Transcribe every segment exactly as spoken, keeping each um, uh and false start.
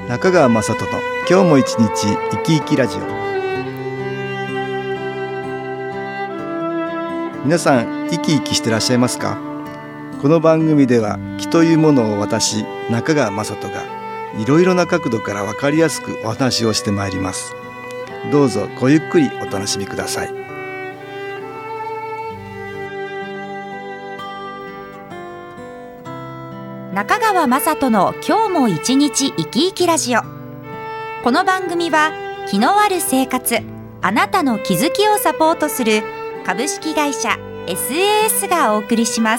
中川雅人の今日も一日生き生きラジオ。皆さん生き生きしてらっしゃいますか？この番組では気というものを私中川雅人がいろいろな角度から分かりやすくお話をしてまいります。どうぞごゆっくりお楽しみください。 中川雅人の今日も一日生き生きラジオ。この番組は気のある生活、あなたの気づきをサポートする株式会社 エスエーエス がお送りします。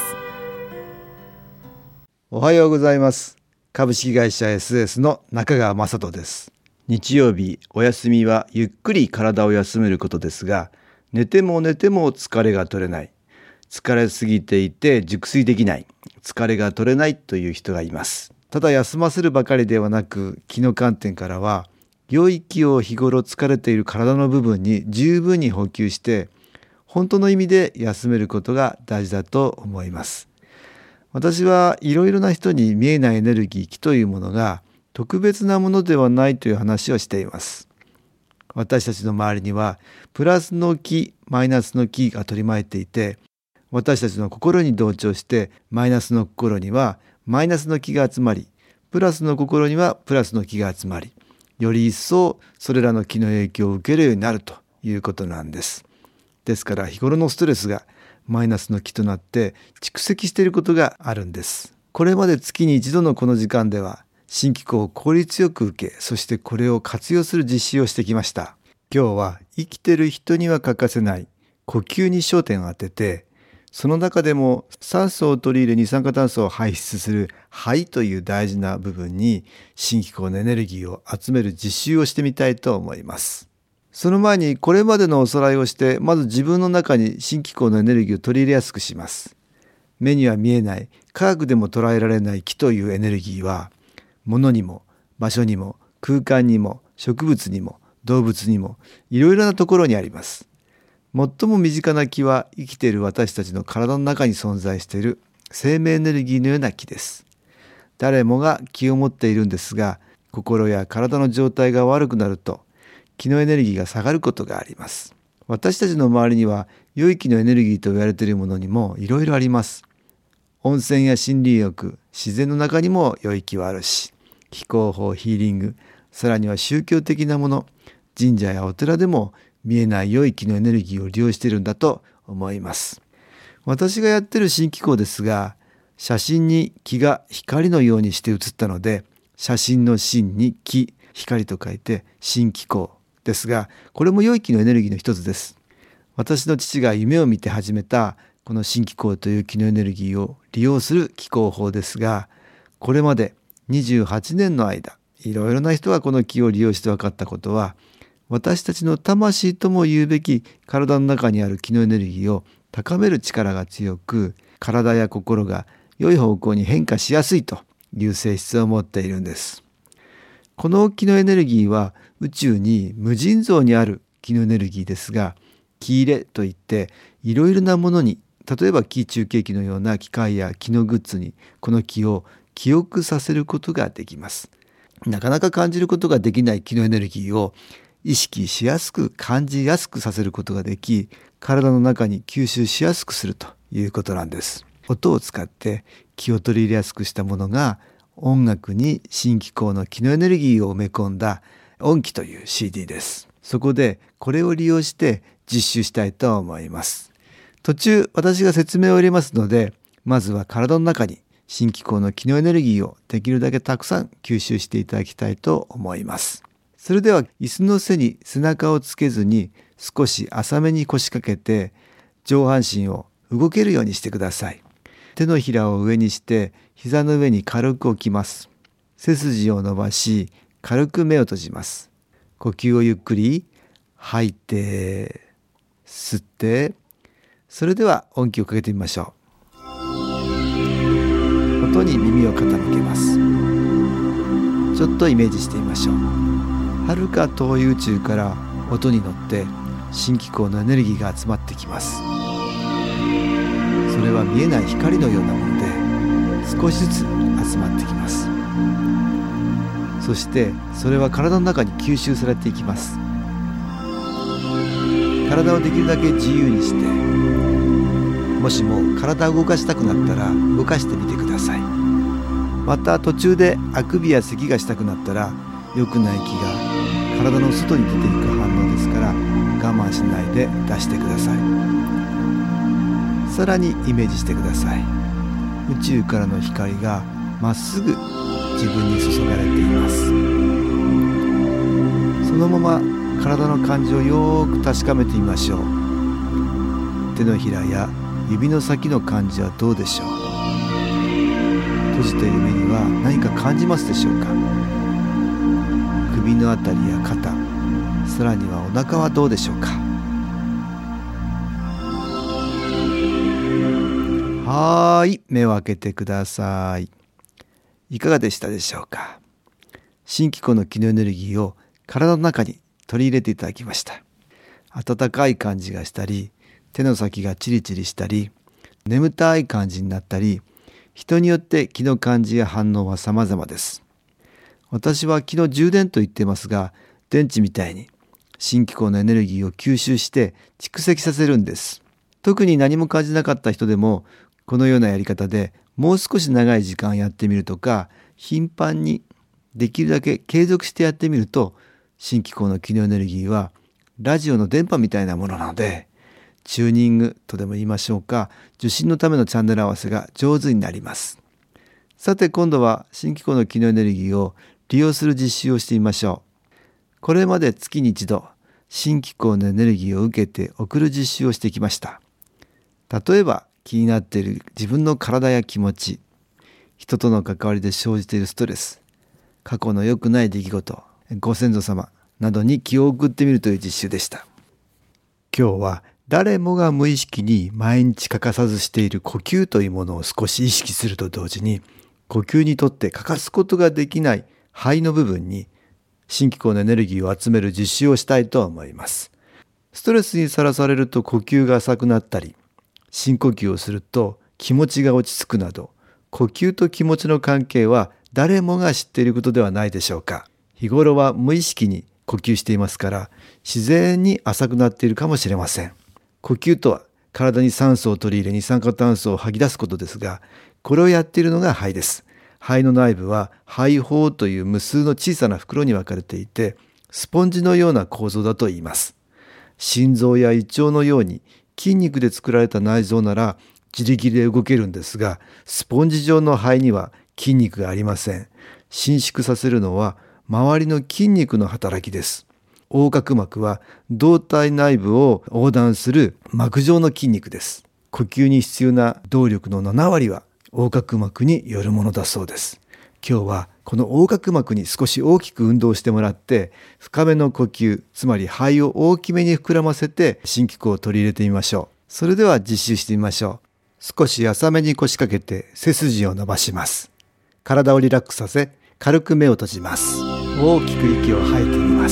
おはようございます。株式会社 エスエーエス の中川雅人です。日曜日お休みはゆっくり体を休めることですが、寝ても寝ても疲れが取れない、疲れすぎていて熟睡できない、疲れが取れないという人がいます。ただ休ませるばかりではなく、気の観点からは良い気を日頃疲れている体の部分に十分に補給して本当の意味で休めることが大事だと思います。私はいろいろな人に見えないエネルギー、気というものが特別なものではないという話をしています。私たちの周りにはプラスの気、マイナスの気が取り巻いていて、私たちの心に同調してマイナスの心にはマイナスの気が集まり、プラスの心にはプラスの気が集まり、より一層それらの気の影響を受けるようになるということなんです。ですから日頃のストレスがマイナスの気となって蓄積していることがあるんです。これまで月に一度のこの時間では新機構を効率よく受け、そしてこれを活用する実習をしてきました。今日は生きている人には欠かせない呼吸に焦点を当てて、その中でも酸素を取り入れ二酸化炭素を排出する肺という大事な部分に新機構のエネルギーを集める実習をしてみたいと思います。その前にこれまでのおさらいをして、まず自分の中に新機構のエネルギーを取り入れやすくします。目には見えない、科学でも捉えられない気というエネルギーは、物にも場所にも空間にも植物にも動物にもいろいろなところにあります。最も身近な気は生きている私たちの体の中に存在している生命エネルギーのような気です。誰もが気を持っているんですが、心や体の状態が悪くなると気のエネルギーが下がることがあります。私たちの周りには良い気のエネルギーと言われているものにもいろいろあります。温泉や森林浴、自然の中にも良い気はあるし、気候法、ヒーリング、さらには宗教的なもの、神社やお寺でも見えない良い気のエネルギーを利用しているんだと思います。私がやっている新機構ですが、写真に気が光のようにして写ったので、写真の真に気、光と書いて新機構ですが、これも良い気のエネルギーの一つです。私の父が夢を見て始めたこの新機構という気のエネルギーを利用する気候法ですが、これまでにじゅうはちねんの間、いろいろな人がこの気を利用して分かったことは、私たちの魂とも言うべき体の中にある気のエネルギーを高める力が強く、体や心が良い方向に変化しやすいという性質を持っているんです。この気のエネルギーは宇宙に無尽蔵にある気のエネルギーですが、気入れといっていろいろなものに、例えば気中継機のような機械や気のグッズにこの気を記憶させることができます。なかなか感じることができない気のエネルギーを意識しやすく感じやすくさせることができ、体の中に吸収しやすくするということなんです。音を使って気を取り入れやすくしたものが、音楽に新機構の気のエネルギーを埋め込んだ音気という シーディー です。そこでこれを利用して実習したいと思います。途中私が説明を入れますので、まずは体の中に新機構の気のエネルギーをできるだけたくさん吸収していただきたいと思います。それでは椅子の背に背中をつけずに少し浅めに腰掛けて上半身を動けるようにしてください。手のひらを上にして膝の上に軽く置きます。背筋を伸ばし軽く目を閉じます。呼吸をゆっくり吐いて吸って、それでは音気をかけてみましょう。音に耳を傾けます。ちょっとイメージしてみましょう。遥か遠い宇宙から音に乗って新機構のエネルギーが集まってきます。それは見えない光のようなもので少しずつ集まってきます。 そしてそれは体の中に吸収されていきます。体をできるだけ自由にして、もしも体を動かしたくなったら動かしてみてください。また途中であくびや咳がしたくなったら、良くない気が体の外に出ていく反応ですから、我慢しないで出してください。さらにイメージしてください。宇宙からの光がまっすぐ自分に注がれています。そのまま体の感じをよーく確かめてみましょう。手のひらや指の先の感じはどうでしょう。閉じている目には何か感じますでしょうか。首のあたりや肩、さらにはお腹はどうでしょうか。はーい、目を開けてください。いかがでしたでしょうか。新機構の気のエネルギーを体の中に取り入れていただきました。温かい感じがしたり、手の先がチリチリしたり、眠たい感じになったり、人によって気の感じや反応は様々です。私は気の充電と言っていますが、電池みたいに新機構のエネルギーを吸収して蓄積させるんです。特に何も感じなかった人でも、このようなやり方でもう少し長い時間やってみるとか、頻繁にできるだけ継続してやってみると、新機構の気のエネルギーはラジオの電波みたいなものなので、チューニングとでも言いましょうか、受信のためのチャンネル合わせが上手になります。さて今度は新機構の気のエネルギーを利用する実習をしてみましょう。これまで月に一度、新機構のエネルギーを受けて送る実習をしてきました。例えば気になっている自分の体や気持ち、人との関わりで生じているストレス、過去の良くない出来事、ご先祖様などに気を送ってみるという実習でした。今日は誰もが無意識に毎日欠かさずしている呼吸というものを少し意識すると同時に、呼吸にとって欠かすことができない肺の部分に新機構のエネルギーを集める実習をしたいと思います。ストレスにさらされると呼吸が浅くなったり、深呼吸をすると気持ちが落ち着くなど、呼吸と気持ちの関係は誰もが知っていることではないでしょうか。日頃は無意識に呼吸していますから、自然に浅くなっているかもしれません。呼吸とは体に酸素を取り入れ二酸化炭素を吐き出すことですが、これをやっているのが肺です。肺の内部は肺胞という無数の小さな袋に分かれていて、スポンジのような構造だと言います。心臓や胃腸のように筋肉で作られた内臓なら自力で動けるんですが、スポンジ状の肺には筋肉がありません。伸縮させるのは周りの筋肉の働きです。横隔膜は胴体内部を横断する膜状の筋肉です。呼吸に必要な動力のななわりは横隔膜によるものだそうです。今日はこの横隔膜に少し大きく運動してもらって、深めの呼吸、つまり肺を大きめに膨らませて新機構を取り入れてみましょう。それでは実習してみましょう。少し浅めに腰掛けて背筋を伸ばします。体をリラックスさせ、軽く目を閉じます。大きく息を吐いてみます。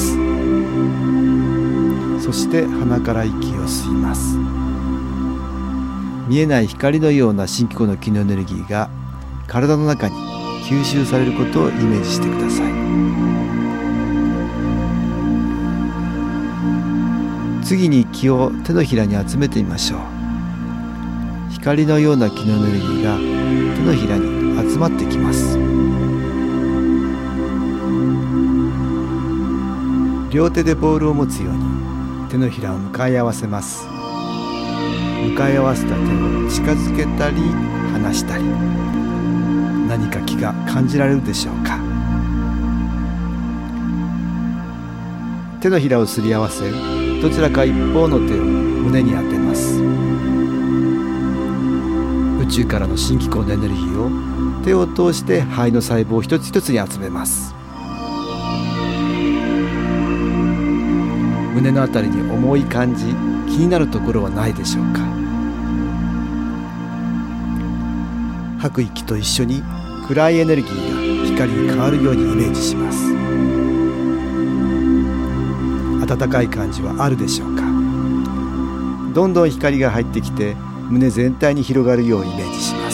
そして鼻から息を吸います。見えない光のような新機構の気のエネルギーが体の中に吸収されることをイメージしてください。次に気を手のひらに集めてみましょう。光のような気のエネルギーが手のひらに集まってきます。両手でボールを持つように手のひらを向かい合わせます。向かい合わせた手を近づけたり離したり、何か気が感じられるでしょうか。手のひらをすり合わせ、どちらか一方の手を胸に当てます。宇宙からの新機構のエネルギーを手を通して肺の細胞一つ一つに集めます。胸のあたりに重い感じ、気になるところはないでしょうか。吐く息と一緒に暗いエネルギーが光に変わるようにイメージします。暖かい感じはあるでしょうか。どんどん光が入ってきて胸全体に広がるようイメージします。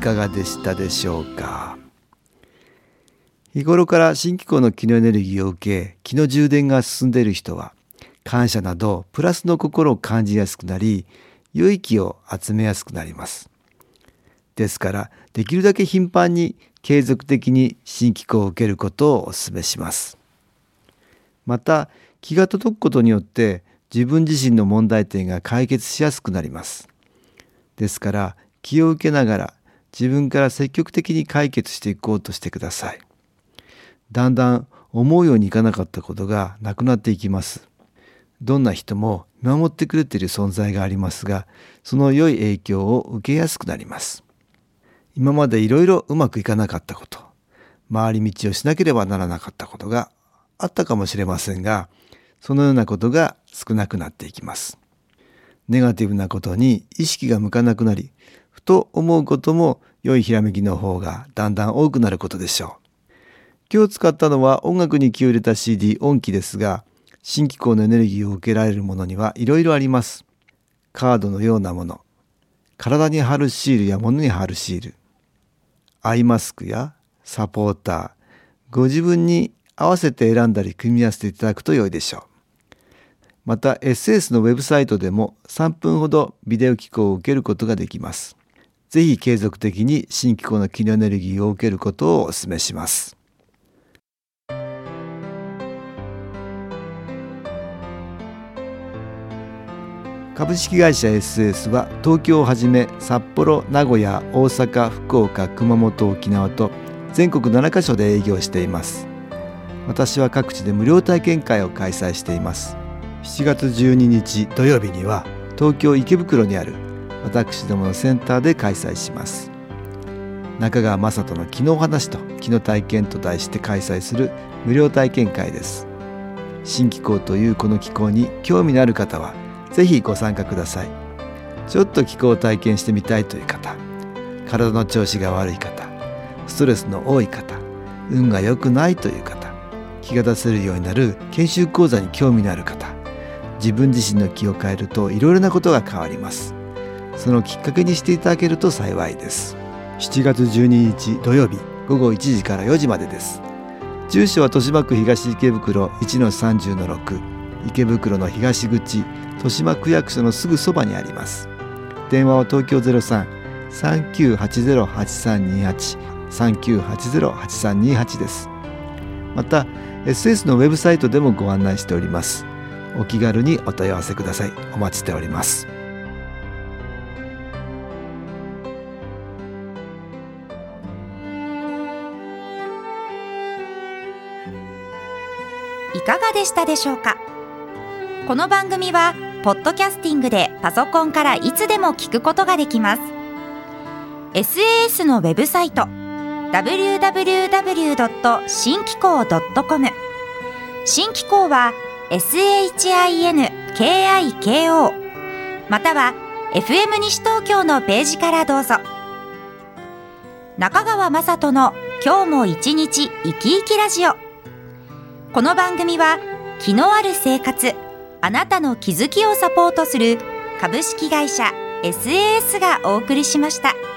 かがでしたでしょうか。日頃から新機構の気のエネルギーを受け、気の充電が進んでいる人は、感謝などプラスの心を感じやすくなり、良い気を集めやすくなります。ですから、できるだけ頻繁に継続的に新機構を受けることをお勧めします。また、気が届くことによって自分自身の問題点が解決しやすくなります。ですから、気を受けながら自分から積極的に解決していこうとしてください。だんだん思うようにいかなかったことがなくなっていきます。どんな人も見守ってくれている存在がありますが、その良い影響を受けやすくなります。今までいろいろうまくいかなかったこと、回り道をしなければならなかったことがあったかもしれませんが、そのようなことが少なくなっていきます。ネガティブなことに意識が向かなくなり、ふと思うことも良いひらめきの方がだんだん多くなることでしょう。今日使ったのは音楽に気を入れた シーディー 音機ですが、新機構のエネルギーを受けられるものにはいろいろあります。カードのようなもの、体に貼るシールや物に貼るシール、アイマスクやサポーター、ご自分に合わせて選んだり組み合わせていただくと良いでしょう。また エスエス のウェブサイトでもさんぷんほどビデオ機構を受けることができます。ぜひ継続的に新機構の気のエネルギーを受けることをお勧めします。株式会社 エスエス は東京をはじめ札幌、名古屋、大阪、福岡、熊本、沖縄と全国ななカ所で営業しています。私は各地で無料体験会を開催しています。しちがつじゅうににち土曜日には東京池袋にある私どものセンターで開催します。中川雅人の気のお話と気の体験と題して開催する無料体験会です。新機構というこの機構に興味のある方はぜひご参加ください。ちょっと気候を体験してみたいという方、体の調子が悪い方、ストレスの多い方、運が良くないという方、気が出せるようになる研修講座に興味のある方、自分自身の気を変えるといろいろなことが変わります。そのきっかけにしていただけると幸いです。しちがつじゅうににち土曜日ごごいちじからよじまでです。住所は豊島区東池袋 いちのさんじゅうのろく、池袋の東口豊島区役所のすぐそばにあります。電話は東京 ゼロさん さんきゅうはちゼロ はちさんにはち さんきゅうはちゼロ はちさんにはちです。また エスエス のウェブサイトでもご案内しております。お気軽にお問い合わせください。お待ちしております。 いかがでしたでしょうか。この番組はポッドキャスティングでパソコンからいつでも聞くことができます。 エスエーエス のウェブサイト ダブリューダブリューダブリュードットシンキコードットコム、 新機構は エスエイチアイエヌケーアイケーオー または エフエム 西東京のページからどうぞ。中川雅人の今日も一日生き生きラジオ。この番組は気のある生活、あなたの気づきをサポートする株式会社 エスエーエス がお送りしました。